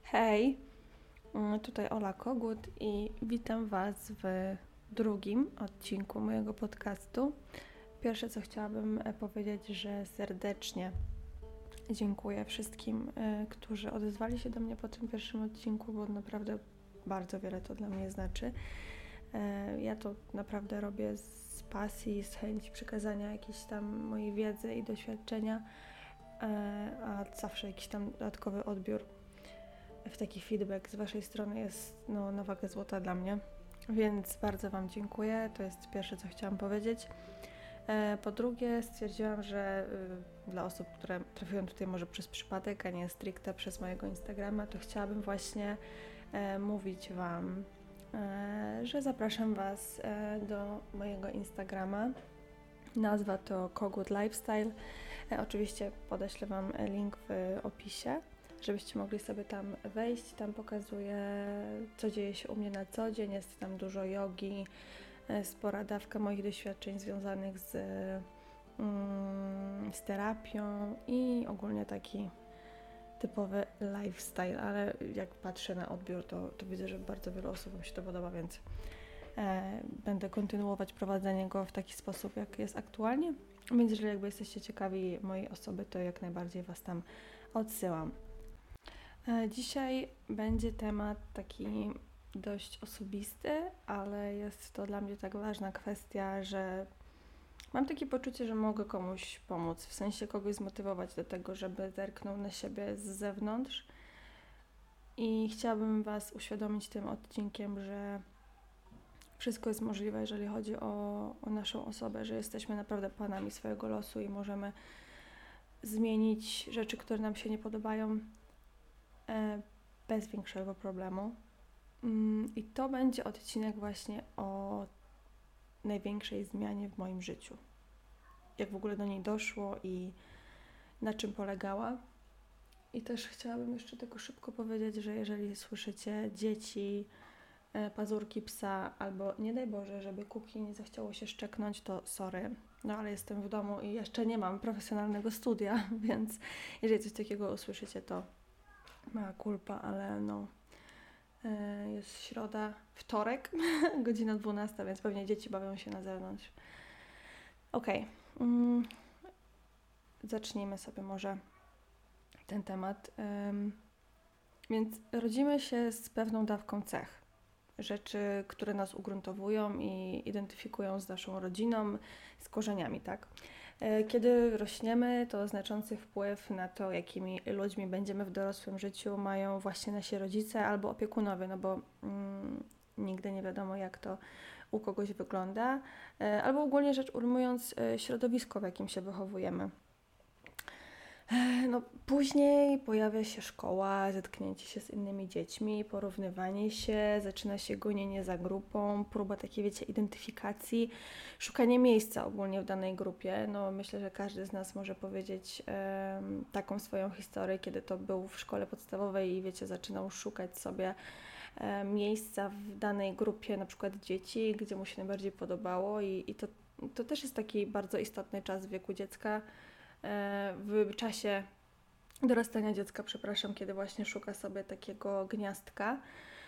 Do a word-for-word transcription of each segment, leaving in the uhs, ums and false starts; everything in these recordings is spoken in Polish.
Hej, mm, tutaj Ola Kogut i witam Was w drugim odcinku mojego podcastu. Pierwsze co chciałabym e, powiedzieć, że serdecznie dziękuję wszystkim, e, którzy odezwali się do mnie po tym pierwszym odcinku, bo naprawdę bardzo wiele to dla mnie znaczy. E, Ja to naprawdę robię z pasji, z chęci przekazania jakiejś tam mojej wiedzy i doświadczenia, e, a zawsze jakiś tam dodatkowy odbiór w taki feedback z Waszej strony jest no, na wagę złota dla mnie, więc bardzo Wam dziękuję. To jest pierwsze, co chciałam powiedzieć. E, po drugie, stwierdziłam, że y, dla osób, które trafiły tutaj może przez przypadek, a nie stricte przez mojego Instagrama, to chciałabym właśnie e, mówić Wam, e, że zapraszam Was e, do mojego Instagrama. Nazwa to Kogut Lifestyle. E, oczywiście podeślę Wam link w opisie, żebyście mogli sobie tam wejść. Tam pokazuję, co dzieje się u mnie na co dzień. Jest tam dużo jogi, spora dawka moich doświadczeń związanych z, mm, z terapią i ogólnie taki typowy lifestyle, ale jak patrzę na odbiór, to, to widzę, że bardzo wielu osobom się to podoba, więc e, będę kontynuować prowadzenie go w taki sposób, jak jest aktualnie. Więc jeżeli jakby jesteście ciekawi mojej osoby, to jak najbardziej Was tam odsyłam. Dzisiaj będzie temat taki dość osobisty, ale jest to dla mnie tak ważna kwestia, że mam takie poczucie, że mogę komuś pomóc, w sensie kogoś zmotywować do tego, żeby zerknął na siebie z zewnątrz. I chciałabym Was uświadomić tym odcinkiem, że wszystko jest możliwe, jeżeli chodzi o, o naszą osobę, że jesteśmy naprawdę panami swojego losu i możemy zmienić rzeczy, które nam się nie podobają, bez większego problemu. I to będzie odcinek właśnie o największej zmianie w moim życiu. Jak w ogóle do niej doszło i na czym polegała. I też chciałabym jeszcze tylko szybko powiedzieć, że jeżeli słyszycie dzieci, pazurki psa albo nie daj Boże, żeby Kuki nie zachciało się szczeknąć, to sorry. No ale jestem w domu i jeszcze nie mam profesjonalnego studia, więc jeżeli coś takiego usłyszycie, to mała kulpa, ale no jest środa, wtorek, godzina dwunasta, więc pewnie dzieci bawią się na zewnątrz. Okej, okay. mm, zacznijmy sobie może ten temat. Um, więc rodzimy się z pewną dawką cech. Rzeczy, które nas ugruntowują i identyfikują z naszą rodziną, z korzeniami, tak? Kiedy rośniemy, to znaczący wpływ na to, jakimi ludźmi będziemy w dorosłym życiu, mają właśnie nasi rodzice albo opiekunowie, no bo mm, nigdy nie wiadomo, jak to u kogoś wygląda, albo ogólnie rzecz ujmując, środowisko, w jakim się wychowujemy. No, później pojawia się szkoła, zetknięcie się z innymi dziećmi, porównywanie się, zaczyna się gonienie za grupą, próba takiej, wiecie, identyfikacji, szukanie miejsca ogólnie w danej grupie. No, myślę, że każdy z nas może powiedzieć um, taką swoją historię, kiedy to był w szkole podstawowej i, wiecie, zaczynał szukać sobie um, miejsca w danej grupie, na przykład dzieci, gdzie mu się najbardziej podobało i, i to, to też jest taki bardzo istotny czas w wieku dziecka, w czasie dorastania dziecka, przepraszam, kiedy właśnie szuka sobie takiego gniazdka.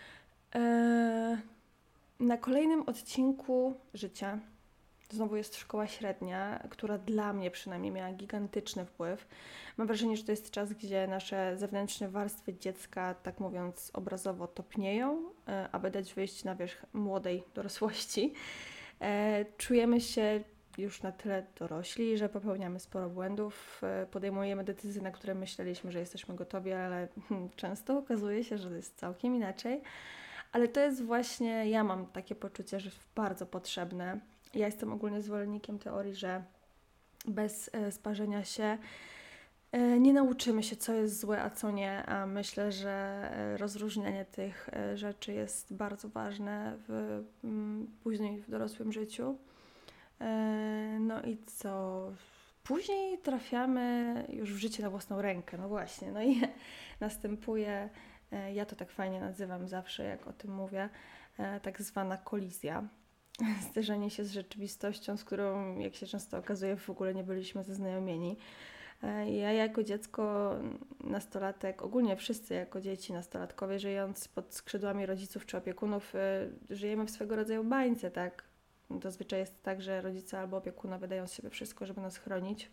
Na kolejnym odcinku życia znowu jest szkoła średnia, która dla mnie przynajmniej miała gigantyczny wpływ. Mam wrażenie, że to jest czas, gdzie nasze zewnętrzne warstwy dziecka, tak mówiąc obrazowo, topnieją, aby dać wyjść na wierzch młodej dorosłości. Czujemy się już na tyle dorośli, że popełniamy sporo błędów, podejmujemy decyzje, na które myśleliśmy, że jesteśmy gotowi, ale często okazuje się, że jest całkiem inaczej. Ale to jest właśnie, ja mam takie poczucie, że bardzo potrzebne. Ja jestem ogólnie zwolennikiem teorii, że bez sparzenia się nie nauczymy się, co jest złe, a co nie, a myślę, że rozróżnianie tych rzeczy jest bardzo ważne w, później w dorosłym życiu. No i co? Później trafiamy już w życie na własną rękę, no właśnie. No i następuje, ja to tak fajnie nazywam zawsze, jak o tym mówię, tak zwana kolizja. Zderzenie się z rzeczywistością, z którą, jak się często okazuje, w ogóle nie byliśmy zaznajomieni. Ja jako dziecko, nastolatek, ogólnie wszyscy jako dzieci, nastolatkowie, żyjąc pod skrzydłami rodziców czy opiekunów, żyjemy w swego rodzaju bańce, tak? Zazwyczaj jest tak, że rodzice albo opiekuna wydają z siebie wszystko, żeby nas chronić.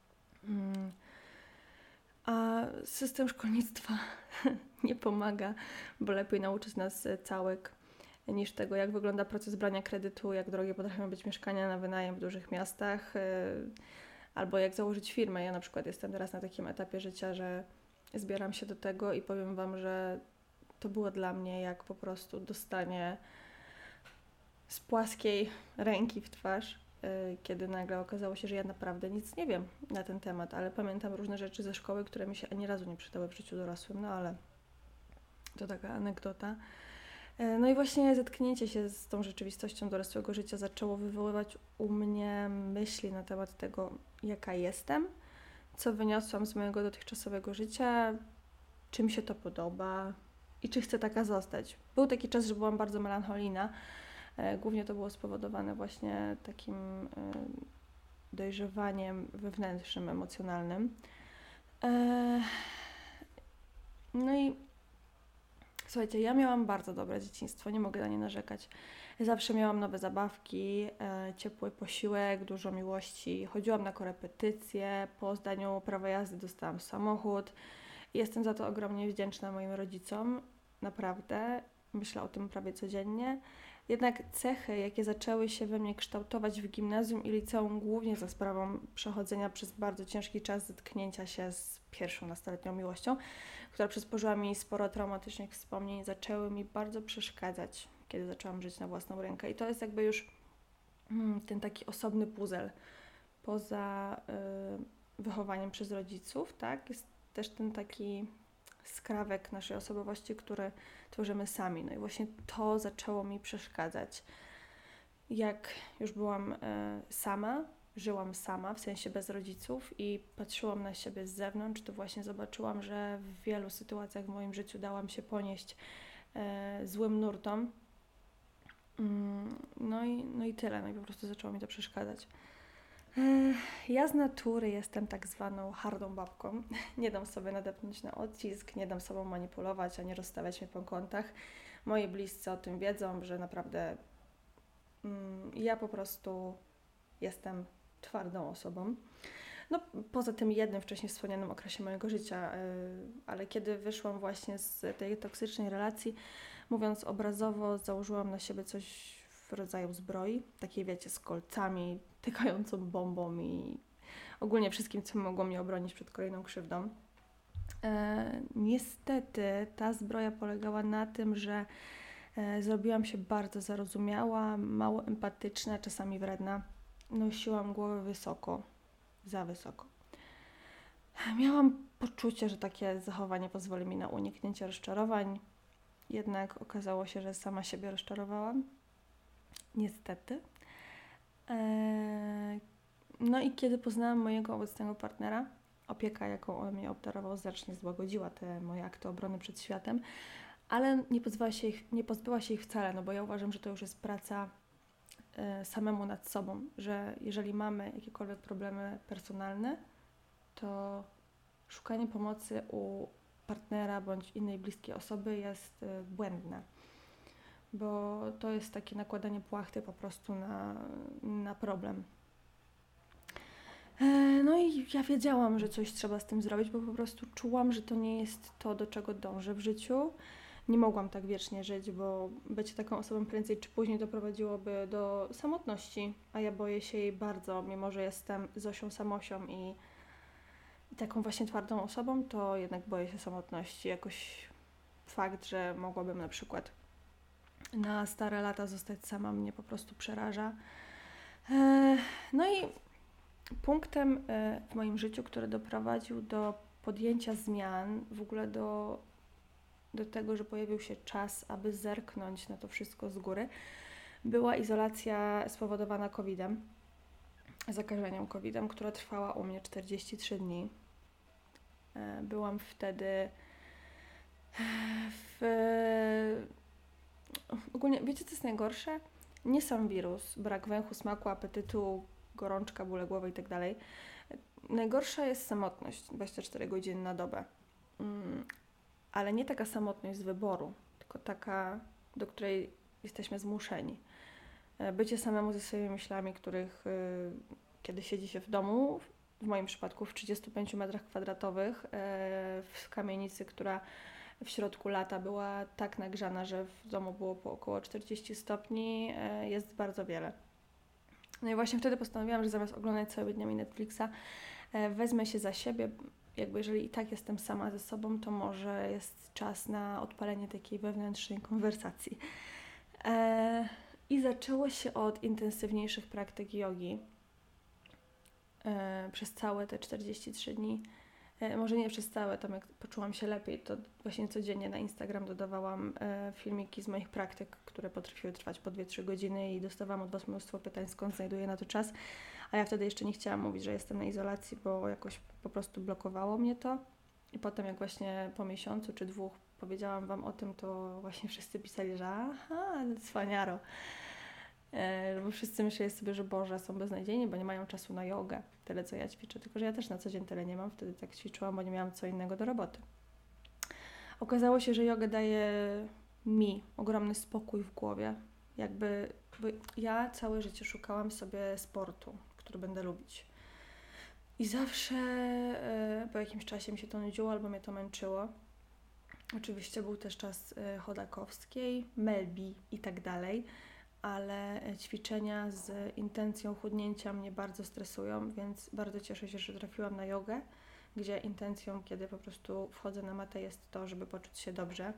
A system szkolnictwa nie pomaga, bo lepiej nauczyć nas całek niż tego, jak wygląda proces brania kredytu, jak drogie potrafią być mieszkania na wynajem w dużych miastach, albo jak założyć firmę. Ja na przykład jestem teraz na takim etapie życia, że zbieram się do tego i powiem Wam, że to było dla mnie jak po prostu dostanie z płaskiej ręki w twarz, kiedy nagle okazało się, że ja naprawdę nic nie wiem na ten temat, ale pamiętam różne rzeczy ze szkoły, które mi się ani razu nie przydały w życiu dorosłym, no ale to taka anegdota. No i właśnie zetknięcie się z tą rzeczywistością dorosłego życia zaczęło wywoływać u mnie myśli na temat tego, jaka jestem, co wyniosłam z mojego dotychczasowego życia, czy mi się to podoba i czy chcę taka zostać. Był taki czas, że byłam bardzo melancholijna. Głównie to było spowodowane właśnie takim dojrzewaniem wewnętrznym, emocjonalnym. No i słuchajcie, ja miałam bardzo dobre dzieciństwo, nie mogę na nie narzekać. Zawsze miałam nowe zabawki, e, ciepły posiłek, dużo miłości. Chodziłam na korepetycje, po zdaniu prawa jazdy dostałam samochód. Jestem za to ogromnie wdzięczna moim rodzicom, naprawdę. Myślę o tym prawie codziennie. Jednak cechy, jakie zaczęły się we mnie kształtować w gimnazjum i liceum, głównie za sprawą przechodzenia przez bardzo ciężki czas zetknięcia się z pierwszą nastoletnią miłością, która przysporzyła mi sporo traumatycznych wspomnień, zaczęły mi bardzo przeszkadzać, kiedy zaczęłam żyć na własną rękę. I to jest jakby już hmm, ten taki osobny puzzle. Poza y, wychowaniem przez rodziców, tak, jest też ten taki skrawek naszej osobowości, który tworzymy sami. No i właśnie to zaczęło mi przeszkadzać. Jak już byłam y, sama, żyłam sama, w sensie bez rodziców i patrzyłam na siebie z zewnątrz, to właśnie zobaczyłam, że w wielu sytuacjach w moim życiu dałam się ponieść e, złym nurtom. Mm, no, i, no i tyle, no i po prostu zaczęło mi to przeszkadzać. E, ja z natury jestem tak zwaną hardą babką. Nie dam sobie nadepnąć na odcisk, nie dam sobą manipulować, ani rozstawiać mnie po kątach. Moi bliscy o tym wiedzą, że naprawdę mm, ja po prostu jestem twardą osobą. No poza tym jednym wcześniej wspomnianym okresie mojego życia, yy, ale kiedy wyszłam właśnie z tej toksycznej relacji, mówiąc obrazowo, założyłam na siebie coś w rodzaju zbroi, takiej wiecie, z kolcami, tykającą bombą i ogólnie wszystkim, co mogło mnie obronić przed kolejną krzywdą. Yy, niestety ta zbroja polegała na tym, że yy, zrobiłam się bardzo zarozumiała, mało empatyczna, czasami wredna. Nosiłam głowę wysoko, za wysoko. Miałam poczucie, że takie zachowanie pozwoli mi na uniknięcie rozczarowań, jednak okazało się, że sama siebie rozczarowałam. Niestety. Eee, no i kiedy poznałam mojego obecnego partnera, opieka, jaką on mnie obdarował, znacznie złagodziła te moje akty obrony przed światem, ale nie pozbyła się ich, nie pozbyła się ich wcale, no bo ja uważam, że to już jest praca samemu nad sobą, że jeżeli mamy jakiekolwiek problemy personalne, to szukanie pomocy u partnera bądź innej bliskiej osoby jest błędne, bo to jest takie nakładanie płachty po prostu na, na problem. No i ja wiedziałam, że coś trzeba z tym zrobić, bo po prostu czułam, że to nie jest to, do czego dążę w życiu. Nie mogłam tak wiecznie żyć, bo bycie taką osobą prędzej czy później doprowadziłoby do samotności, a ja boję się jej bardzo, mimo że jestem Zosią Samosią i, i taką właśnie twardą osobą, to jednak boję się samotności. Jakoś fakt, że mogłabym na przykład na stare lata zostać sama, mnie po prostu przeraża. No i punktem w moim życiu, który doprowadził do podjęcia zmian, w ogóle do do tego, że pojawił się czas, aby zerknąć na to wszystko z góry, była izolacja spowodowana kowidem, zakażeniem kowidem, która trwała u mnie czterdzieści trzy dni. Byłam wtedy w... Ogólnie, wiecie co jest najgorsze? Nie sam wirus, brak węchu, smaku, apetytu, gorączka, bóle głowy i tak dalej. najgorsza jest samotność dwadzieścia cztery godziny na dobę. Mm, ale nie taka samotność z wyboru, tylko taka, do której jesteśmy zmuszeni. Bycie samemu ze swoimi myślami, których y, kiedy siedzi się w domu, w moim przypadku w trzydziestu pięciu metrach kwadratowych, y, w kamienicy, która w środku lata była tak nagrzana, że w domu było po około czterdzieści stopni, y, jest bardzo wiele. No i właśnie wtedy postanowiłam, że zamiast oglądać całymi dniami Netflixa, y, wezmę się za siebie. Jakby jeżeli i tak jestem sama ze sobą, to może jest czas na odpalenie takiej wewnętrznej konwersacji. E, I zaczęło się od intensywniejszych praktyk jogi e, przez całe te czterdzieści trzy dni. E, może nie przez całe, tam jak poczułam się lepiej, to właśnie codziennie na Instagram dodawałam e, filmiki z moich praktyk, które potrafiły trwać po dwie trzy godziny i dostawałam od Was mnóstwo pytań, skąd znajduję na to czas. A ja wtedy jeszcze nie chciałam mówić, że jestem na izolacji, bo jakoś po prostu blokowało mnie to. I potem jak właśnie po miesiącu czy dwóch powiedziałam Wam o tym, to właśnie wszyscy pisali, że aha, cwaniaro. E, bo wszyscy myśleli sobie, że Boże, są beznadziejni, bo nie mają czasu na jogę. Tyle, co ja ćwiczę. Tylko że ja też na co dzień tyle nie mam. Wtedy tak ćwiczyłam, bo nie miałam co innego do roboty. Okazało się, że joga daje mi ogromny spokój w głowie. Jakby bo ja całe życie szukałam sobie sportu, który będę lubić. I zawsze e, po jakimś czasie mi się to nudziło albo mnie to męczyło. Oczywiście był też czas e, Chodakowskiej, Melbi i tak dalej, ale ćwiczenia z intencją chudnięcia mnie bardzo stresują, więc bardzo cieszę się, że trafiłam na jogę, gdzie intencją, kiedy po prostu wchodzę na matę, jest to, żeby poczuć się dobrze.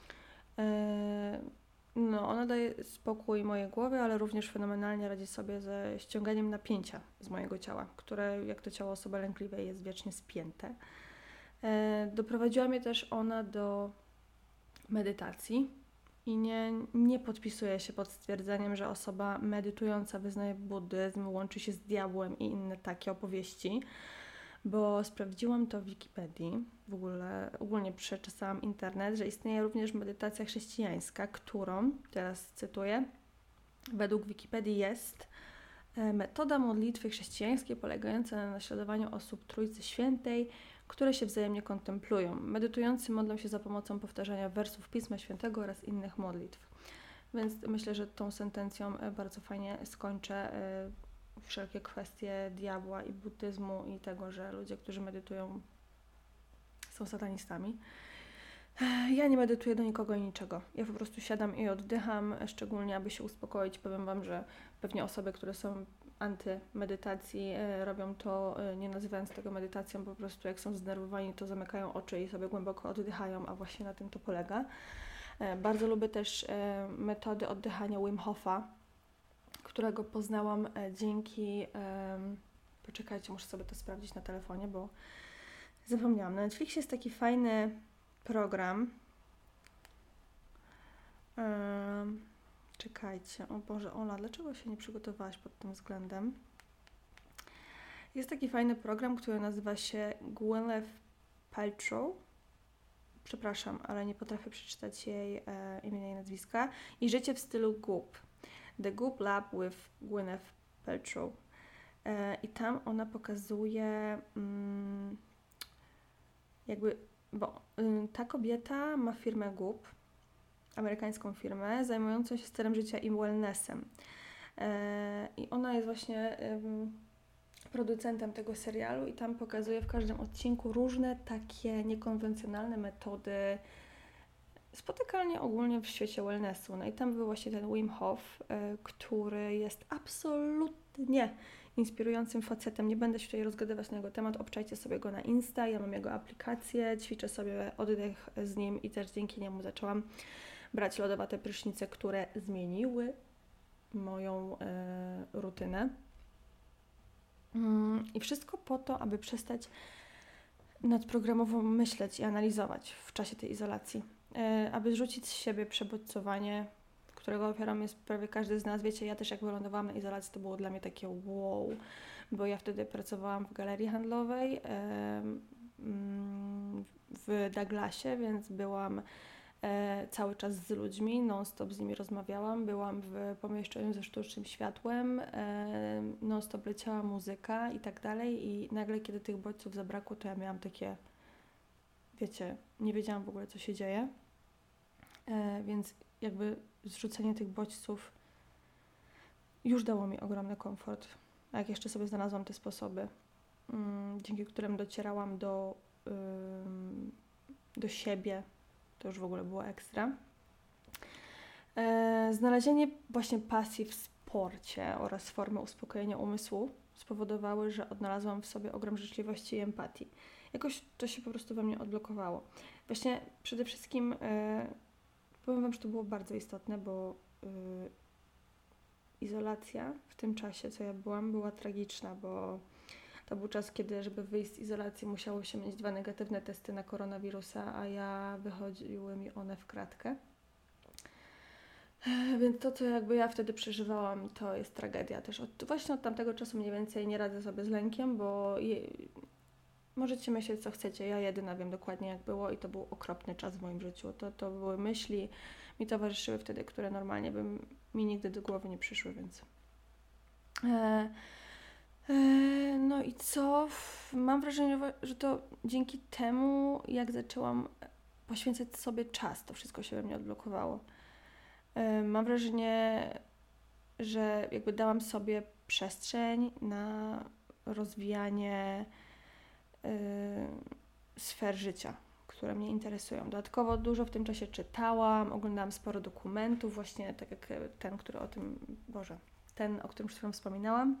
E, No, ona daje spokój mojej głowie, ale również fenomenalnie radzi sobie ze ściąganiem napięcia z mojego ciała, które jak to ciało osoby lękliwej jest wiecznie spięte. E, doprowadziła mnie też ona do medytacji i nie, nie podpisuję się pod stwierdzeniem, że osoba medytująca wyznaje buddyzm, łączy się z diabłem i inne takie opowieści, bo sprawdziłam to w Wikipedii, w ogóle ogólnie przeczesałam internet, że istnieje również medytacja chrześcijańska, którą, teraz cytuję, według Wikipedii jest metoda modlitwy chrześcijańskiej polegająca na naśladowaniu osób Trójcy Świętej, które się wzajemnie kontemplują. Medytujący modlą się za pomocą powtarzania wersów Pisma Świętego oraz innych modlitw. Więc myślę, że tą sentencją bardzo fajnie skończę wszelkie kwestie diabła i buddyzmu i tego, że ludzie, którzy medytują, są satanistami. Ja nie medytuję do nikogo i niczego. Ja po prostu siadam i oddycham, szczególnie aby się uspokoić. Powiem Wam, że pewnie osoby, które są antymedytacji, robią to nie nazywając tego medytacją, po prostu jak są zdenerwowani, to zamykają oczy i sobie głęboko oddychają, a właśnie na tym to polega. Bardzo lubię też metody oddychania Wim Hofa, którego poznałam dzięki... Poczekajcie, muszę sobie to sprawdzić na telefonie, bo zapomniałam. Na Netflixie jest taki fajny program. Um, czekajcie, o Boże, Ola, dlaczego się nie przygotowałaś pod tym względem? Jest taki fajny program, który nazywa się Gwyneth Paltrow. Przepraszam, ale nie potrafię przeczytać jej e, imienia i nazwiska. I Życie w stylu Goop. The Goop Lab with Gwyneth Paltrow. E, I tam ona pokazuje mm, jakby, bo y, ta kobieta ma firmę Goop, amerykańską firmę, zajmującą się stylem życia i wellnessem. E, I ona jest właśnie y, producentem tego serialu i tam pokazuje w każdym odcinku różne takie niekonwencjonalne metody spotykalnie ogólnie w świecie wellnessu. No i tam był właśnie ten Wim Hof, y, który jest absolutnie inspirującym facetem. Nie będę się tutaj rozgadywać na jego temat, obczajcie sobie go na Insta, ja mam jego aplikację, ćwiczę sobie oddech z nim i też dzięki niemu zaczęłam brać lodowate prysznice, które zmieniły moją e, rutynę. Mm, I wszystko po to, aby przestać nadprogramowo myśleć i analizować w czasie tej izolacji. E, aby zrzucić z siebie przebodźcowanie, którego ofiarą jest prawie każdy z nas. Wiecie, ja też jak wylądowałam na izolacji, to było dla mnie takie wow, bo ja wtedy pracowałam w galerii handlowej e, w Douglasie, więc byłam e, cały czas z ludźmi, non-stop z nimi rozmawiałam, byłam w pomieszczeniu ze sztucznym światłem, e, non-stop leciała muzyka i tak dalej i nagle, kiedy tych bodźców zabrakło, to ja miałam takie, wiecie, nie wiedziałam w ogóle, co się dzieje, e, więc jakby zrzucenie tych bodźców już dało mi ogromny komfort. A jak jeszcze sobie znalazłam te sposoby, mm, dzięki którym docierałam do, ym, do siebie, to już w ogóle było ekstra. E, znalezienie właśnie pasji w sporcie oraz formy uspokojenia umysłu spowodowały, że odnalazłam w sobie ogrom życzliwości i empatii. Jakoś to się po prostu we mnie odblokowało. Właśnie przede wszystkim e, powiem Wam, że to było bardzo istotne, bo y, izolacja w tym czasie, co ja byłam, była tragiczna, bo to był czas, kiedy, żeby wyjść z izolacji, musiało się mieć dwa negatywne testy na koronawirusa, a ja wychodziły mi one w kratkę. Więc to, co jakby ja wtedy przeżywałam, to jest tragedia też. Od, właśnie od tamtego czasu mniej więcej nie radzę sobie z lękiem, bo je, możecie myśleć, co chcecie. Ja jedyna wiem dokładnie, jak było i to był okropny czas w moim życiu. To, to były myśli, mi towarzyszyły wtedy, które normalnie by mi nigdy do głowy nie przyszły, więc... E, e, no i co? Mam wrażenie, że to dzięki temu, jak zaczęłam poświęcać sobie czas, to wszystko się we mnie odblokowało. E, mam wrażenie, że jakby dałam sobie przestrzeń na rozwijanie y, sfer życia, które mnie interesują. Dodatkowo dużo w tym czasie czytałam, oglądałam sporo dokumentów, właśnie tak jak ten, który o tym, Boże, ten, o którym przed chwilą wspominałam.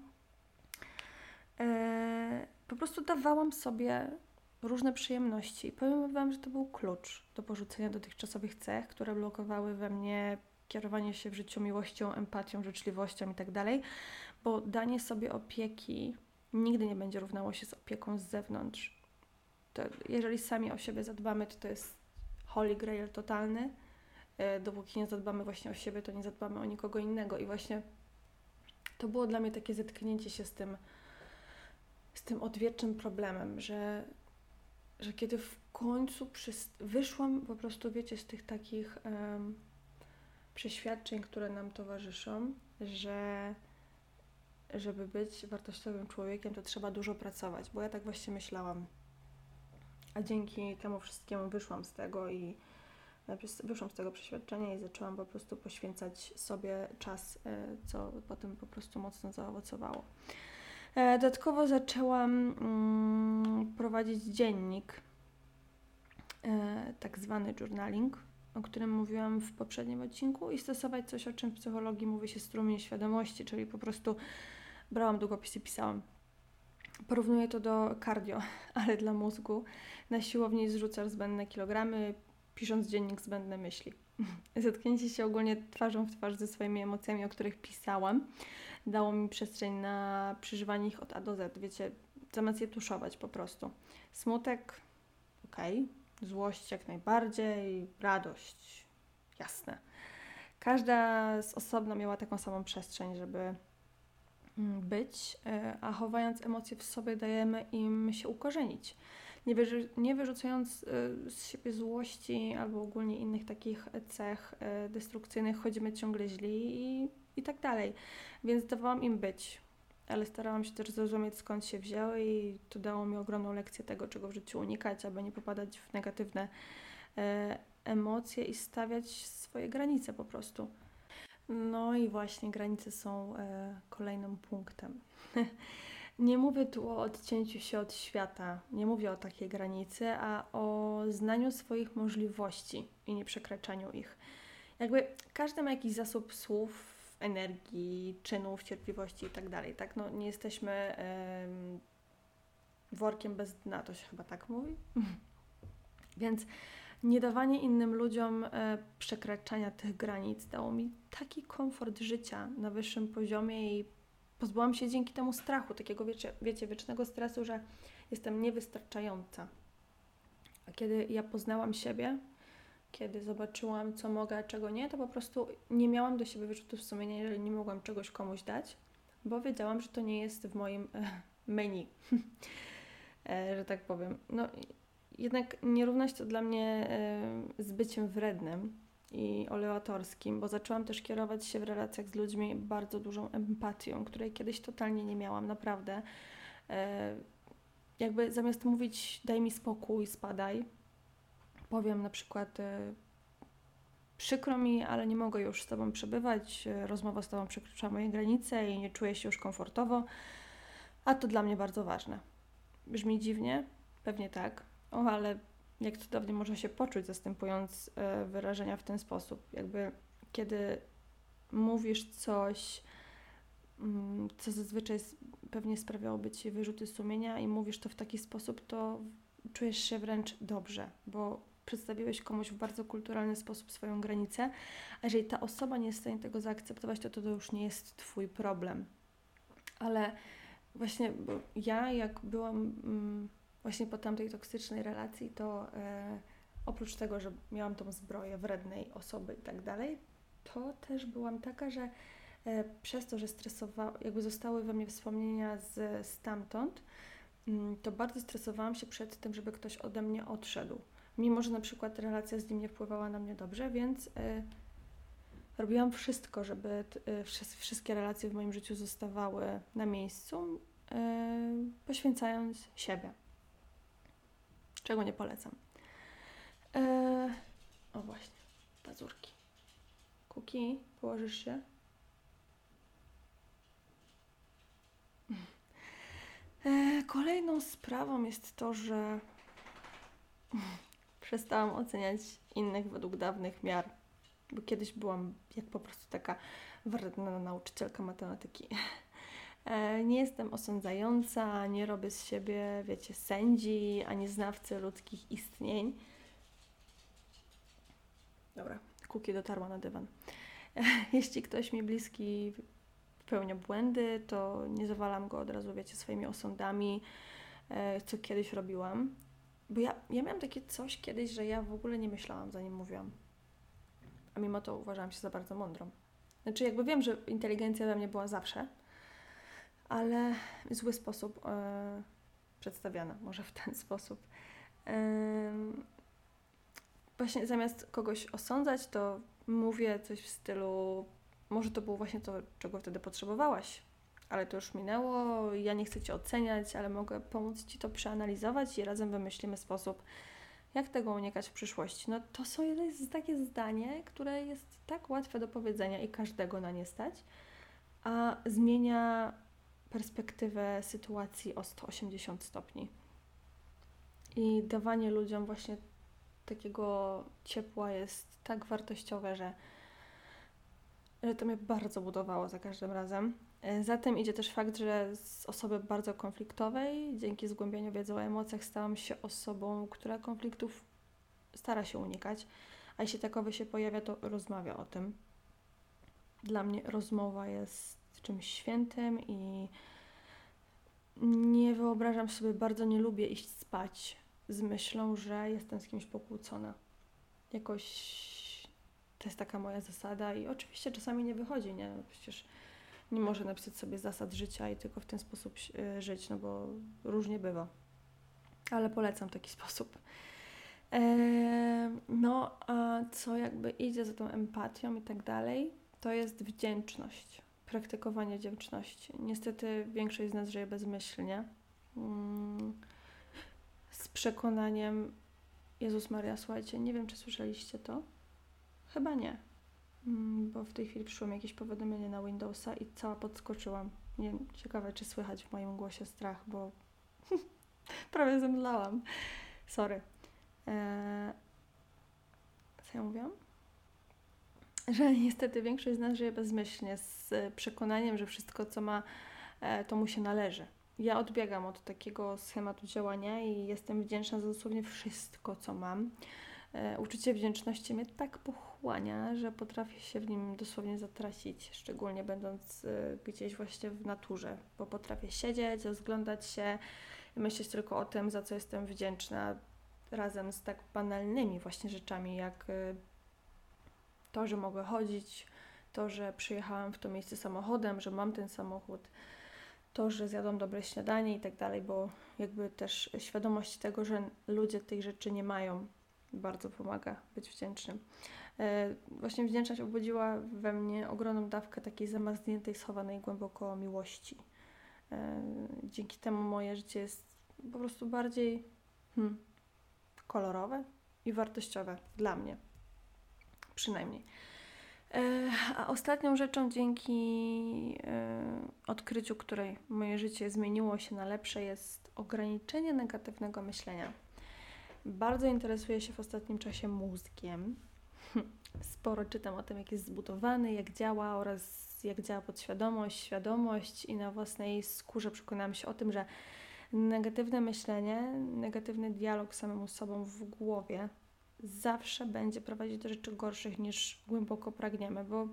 E, po prostu dawałam sobie różne przyjemności. Powiem Wam, że to był klucz do porzucenia dotychczasowych cech, które blokowały we mnie kierowanie się w życiu miłością, empatią, życzliwością i tak dalej, bo danie sobie opieki nigdy nie będzie równało się z opieką z zewnątrz. To jeżeli sami o siebie zadbamy, to to jest holy grail totalny. Dopóki nie zadbamy właśnie o siebie, to nie zadbamy o nikogo innego. I właśnie to było dla mnie takie zetknięcie się z tym, z tym odwiecznym problemem, że, że kiedy w końcu przyst- wyszłam po prostu, wiecie, z tych takich um, przeświadczeń, które nam towarzyszą, że żeby być wartościowym człowiekiem, to trzeba dużo pracować, bo ja tak właśnie myślałam. A dzięki temu wszystkiemu wyszłam z tego i wyszłam z tego przeświadczenia i zaczęłam po prostu poświęcać sobie czas, co potem po prostu mocno zaowocowało. Dodatkowo zaczęłam mm, prowadzić dziennik, tak zwany journaling, o którym mówiłam w poprzednim odcinku i stosować coś, o czym w psychologii mówi się strumień świadomości, czyli po prostu brałam długopis i pisałam. Porównuję to do cardio, ale dla mózgu. Na siłowni zrzucasz zbędne kilogramy, pisząc dziennik zbędne myśli. Zetknięcie się ogólnie twarzą w twarz ze swoimi emocjami, o których pisałam, dało mi przestrzeń na przeżywanie ich od A do Z. Wiecie, zamiast je tuszować po prostu. Smutek, okej, okay. Złość jak najbardziej, radość, jasne. Każda z osobna miała taką samą przestrzeń, żeby być, a chowając emocje w sobie dajemy im się ukorzenić. Nie, wyrzy- nie wyrzucając z siebie złości albo ogólnie innych takich cech destrukcyjnych, chodzimy ciągle źli i, i tak dalej. Więc dawałam im być, ale starałam się też zrozumieć, skąd się wzięły i to dało mi ogromną lekcję tego, czego w życiu unikać, aby nie popadać w negatywne e, emocje i stawiać swoje granice po prostu. No i właśnie granice są e, kolejnym punktem. Nie mówię tu o odcięciu się od świata, nie mówię o takiej granicy, a o znaniu swoich możliwości i nie przekraczaniu ich. Jakby każdy ma jakiś zasób słów, energii, czynów, cierpliwości i tak dalej, tak? No nie jesteśmy e, workiem bez dna, to się chyba tak mówi. Więc nie dawanie innym ludziom e, przekraczania tych granic dało mi taki komfort życia na wyższym poziomie i pozbyłam się dzięki temu strachu, takiego wiecie, wiecie, wiecznego stresu, że jestem niewystarczająca. A kiedy ja poznałam siebie, kiedy zobaczyłam, co mogę, a czego nie, to po prostu nie miałam do siebie wyrzutów sumienia, jeżeli nie mogłam czegoś komuś dać, bo wiedziałam, że to nie jest w moim e, menu, e, że tak powiem. No jednak nierówność to dla mnie y, z byciem wrednym i oleatorskim, bo zaczęłam też kierować się w relacjach z ludźmi bardzo dużą empatią, której kiedyś totalnie nie miałam, naprawdę. Y, jakby zamiast mówić daj mi spokój, spadaj, powiem na przykład y, przykro mi, ale nie mogę już z Tobą przebywać, y, rozmowa z Tobą przekracza moje granice i nie czuję się już komfortowo, a to dla mnie bardzo ważne. Brzmi dziwnie? Pewnie tak. O, ale jak cudownie można się poczuć, zastępując e, wyrażenia w ten sposób. Jakby kiedy mówisz coś, mm, co zazwyczaj s- pewnie sprawiałoby Ci wyrzuty sumienia i mówisz to w taki sposób, to czujesz się wręcz dobrze, bo przedstawiłeś komuś w bardzo kulturalny sposób swoją granicę, a jeżeli ta osoba nie jest w stanie tego zaakceptować, to to już nie jest Twój problem. Ale właśnie, bo ja jak byłam mm, właśnie po tamtej toksycznej relacji, to e, oprócz tego, że miałam tą zbroję wrednej osoby i tak dalej, to też byłam taka, że e, przez to, że stresowałam, jakby zostały we mnie wspomnienia z stamtąd, mm, to bardzo stresowałam się przed tym, żeby ktoś ode mnie odszedł. Mimo, że na przykład relacja z nim nie wpływała na mnie dobrze, więc e, robiłam wszystko, żeby t- y, wszy- wszystkie relacje w moim życiu zostawały na miejscu, y, poświęcając siebie, czego nie polecam. Y, o właśnie, pazurki. Kuki, położysz się? Y, kolejną sprawą jest to, że przestałam oceniać innych według dawnych miar, bo kiedyś byłam jak po prostu taka wredna nauczycielka matematyki. E, Nie jestem osądzająca, nie robię z siebie, wiecie, sędzi, ani znawcy ludzkich istnień. Dobra, Kuki dotarła na dywan. E, Jeśli ktoś mi bliski popełnia błędy, to nie zawalam go od razu, wiecie, swoimi osądami, e, co kiedyś robiłam. Bo ja, ja miałam takie coś kiedyś, że ja w ogóle nie myślałam, zanim mówiłam. A mimo to uważałam się za bardzo mądrą. Znaczy jakby wiem, że inteligencja we mnie była zawsze, ale w zły sposób e, przedstawiana, może w ten sposób. Ym, Właśnie zamiast kogoś osądzać, to mówię coś w stylu, może to było właśnie to, czego wtedy potrzebowałaś, ale to już minęło, ja nie chcę Cię oceniać, ale mogę pomóc Ci to przeanalizować i razem wymyślimy sposób, jak tego unikać w przyszłości. No to są, to jest takie zdanie, które jest tak łatwe do powiedzenia i każdego na nie stać, a zmienia perspektywę sytuacji o sto osiemdziesiąt stopni. I dawanie ludziom właśnie takiego ciepła jest tak wartościowe, że, że to mnie bardzo budowało za każdym razem. E, Za tym idzie też fakt, że z osoby bardzo konfliktowej, dzięki zgłębieniu wiedzy o emocjach, stałam się osobą, która konfliktów stara się unikać, a jeśli takowy się pojawia, to rozmawia o tym. Dla mnie rozmowa jest czymś świętym i nie wyobrażam sobie, bardzo nie lubię iść spać z myślą, że jestem z kimś pokłócona. Jakoś to jest taka moja zasada i oczywiście czasami nie wychodzi, nie? No przecież nie można napisać sobie zasad życia i tylko w ten sposób y, żyć, no bo różnie bywa. Ale polecam taki sposób. Eee, no, a co jakby idzie za tą empatią i tak dalej, to jest wdzięczność, praktykowanie wdzięczności. Niestety większość z nas żyje bezmyślnie, mm, z przekonaniem, Jezus Maria, słuchajcie, nie wiem, czy słyszeliście to? Chyba nie, mm, bo w tej chwili przyszło mi jakieś powiadomienie na Windowsa i cała podskoczyłam. Nie wiem, ciekawe, czy słychać w moim głosie strach, bo prawie zemdlałam. Sorry. Eee, co ja mówiłam? Że niestety większość z nas żyje bezmyślnie, z przekonaniem, że wszystko, co ma, e, to mu się należy. Ja odbiegam od takiego schematu działania i jestem wdzięczna za dosłownie wszystko, co mam. E, uczucie wdzięczności mnie tak pochłania, że potrafię się w nim dosłownie zatracić, szczególnie będąc e, gdzieś właśnie w naturze, bo potrafię siedzieć, rozglądać się i myśleć tylko o tym, za co jestem wdzięczna, razem z tak banalnymi właśnie rzeczami, jak e, to, że mogę chodzić, to, że przyjechałam w to miejsce samochodem, że mam ten samochód, to, że zjadłam dobre śniadanie i tak dalej, bo jakby też świadomość tego, że ludzie tych rzeczy nie mają, bardzo pomaga być wdzięcznym. E, właśnie wdzięczność obudziła we mnie ogromną dawkę takiej zamarzniętej, schowanej głęboko miłości. E, dzięki temu moje życie jest po prostu bardziej hmm, kolorowe i wartościowe dla mnie. Przynajmniej. E, a ostatnią rzeczą, dzięki e, odkryciu, której moje życie zmieniło się na lepsze, jest ograniczenie negatywnego myślenia. Bardzo interesuję się w ostatnim czasie mózgiem. Sporo czytam o tym, jak jest zbudowany, jak działa oraz jak działa podświadomość, świadomość i na własnej skórze przekonałam się o tym, że negatywne myślenie, negatywny dialog z samym sobą w głowie zawsze będzie prowadzić do rzeczy gorszych niż głęboko pragniemy, bo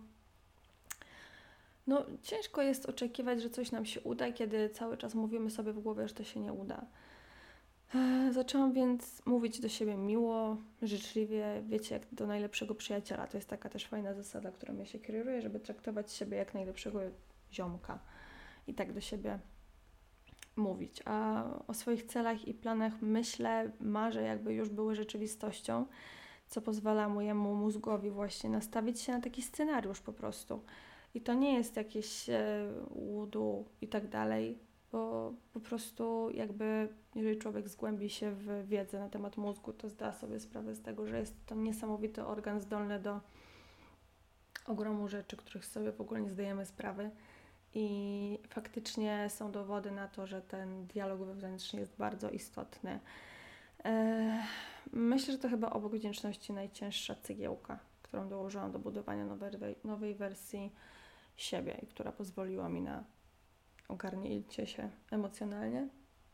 no, ciężko jest oczekiwać, że coś nam się uda, kiedy cały czas mówimy sobie w głowie, że to się nie uda. Zaczęłam więc mówić do siebie miło, życzliwie, wiecie, jak do najlepszego przyjaciela. To jest taka też fajna zasada, którą ja się kieruję, żeby traktować siebie jak najlepszego ziomka i tak do siebie mówić. A o swoich celach i planach myślę, marzę, jakby już były rzeczywistością, co pozwala mojemu mózgowi właśnie nastawić się na taki scenariusz po prostu. I to nie jest jakieś e, łudu i tak dalej, bo po prostu jakby, jeżeli człowiek zgłębi się w wiedzę na temat mózgu, to zda sobie sprawę z tego, że jest to niesamowity organ zdolny do ogromu rzeczy, których sobie w ogóle nie zdajemy sprawy. I faktycznie są dowody na to, że ten dialog wewnętrzny jest bardzo istotny. Eee, myślę, że to chyba obok wdzięczności najcięższa cegiełka, którą dołożyłam do budowania nowej, nowej wersji siebie i która pozwoliła mi na ogarnięcie się emocjonalnie.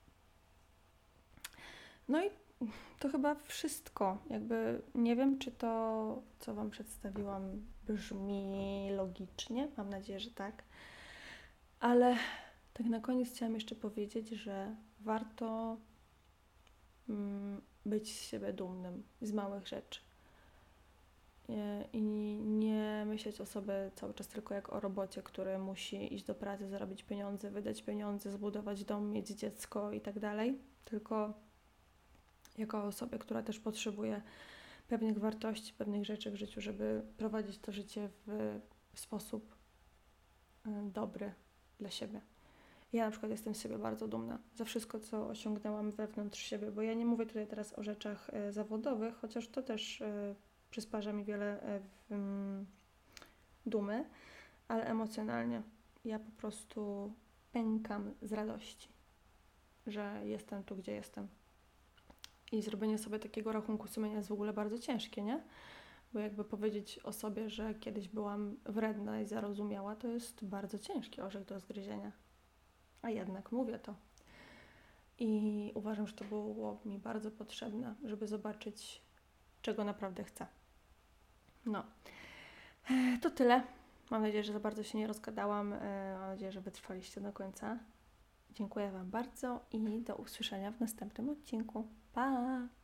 No i to chyba wszystko. Jakby nie wiem, czy to, co Wam przedstawiłam, brzmi logicznie. Mam nadzieję, że tak. Ale tak na koniec chciałam jeszcze powiedzieć, że warto mm, być z siebie dumnym z małych rzeczy. I nie myśleć o sobie cały czas tylko jak o robocie, który musi iść do pracy, zarobić pieniądze, wydać pieniądze, zbudować dom, mieć dziecko i tak dalej, tylko jako osobie, która też potrzebuje pewnych wartości, pewnych rzeczy w życiu, żeby prowadzić to życie w, w sposób dobry dla siebie. Ja na przykład jestem z siebie bardzo dumna za wszystko, co osiągnęłam wewnątrz siebie, bo ja nie mówię tutaj teraz o rzeczach e, zawodowych, chociaż to też e, przysparza mi wiele e, w, m, dumy, ale emocjonalnie ja po prostu pękam z radości, że jestem tu, gdzie jestem. I zrobienie sobie takiego rachunku sumienia jest w ogóle bardzo ciężkie, nie? Bo jakby powiedzieć o sobie, że kiedyś byłam wredna i zarozumiała, to jest bardzo ciężki orzech do zgryzienia. A jednak mówię to. I uważam, że to było mi bardzo potrzebne, żeby zobaczyć, czego naprawdę chcę. No. To tyle. Mam nadzieję, że za bardzo się nie rozgadałam. Mam nadzieję, że wytrwaliście do końca. Dziękuję Wam bardzo i do usłyszenia w następnym odcinku. Pa!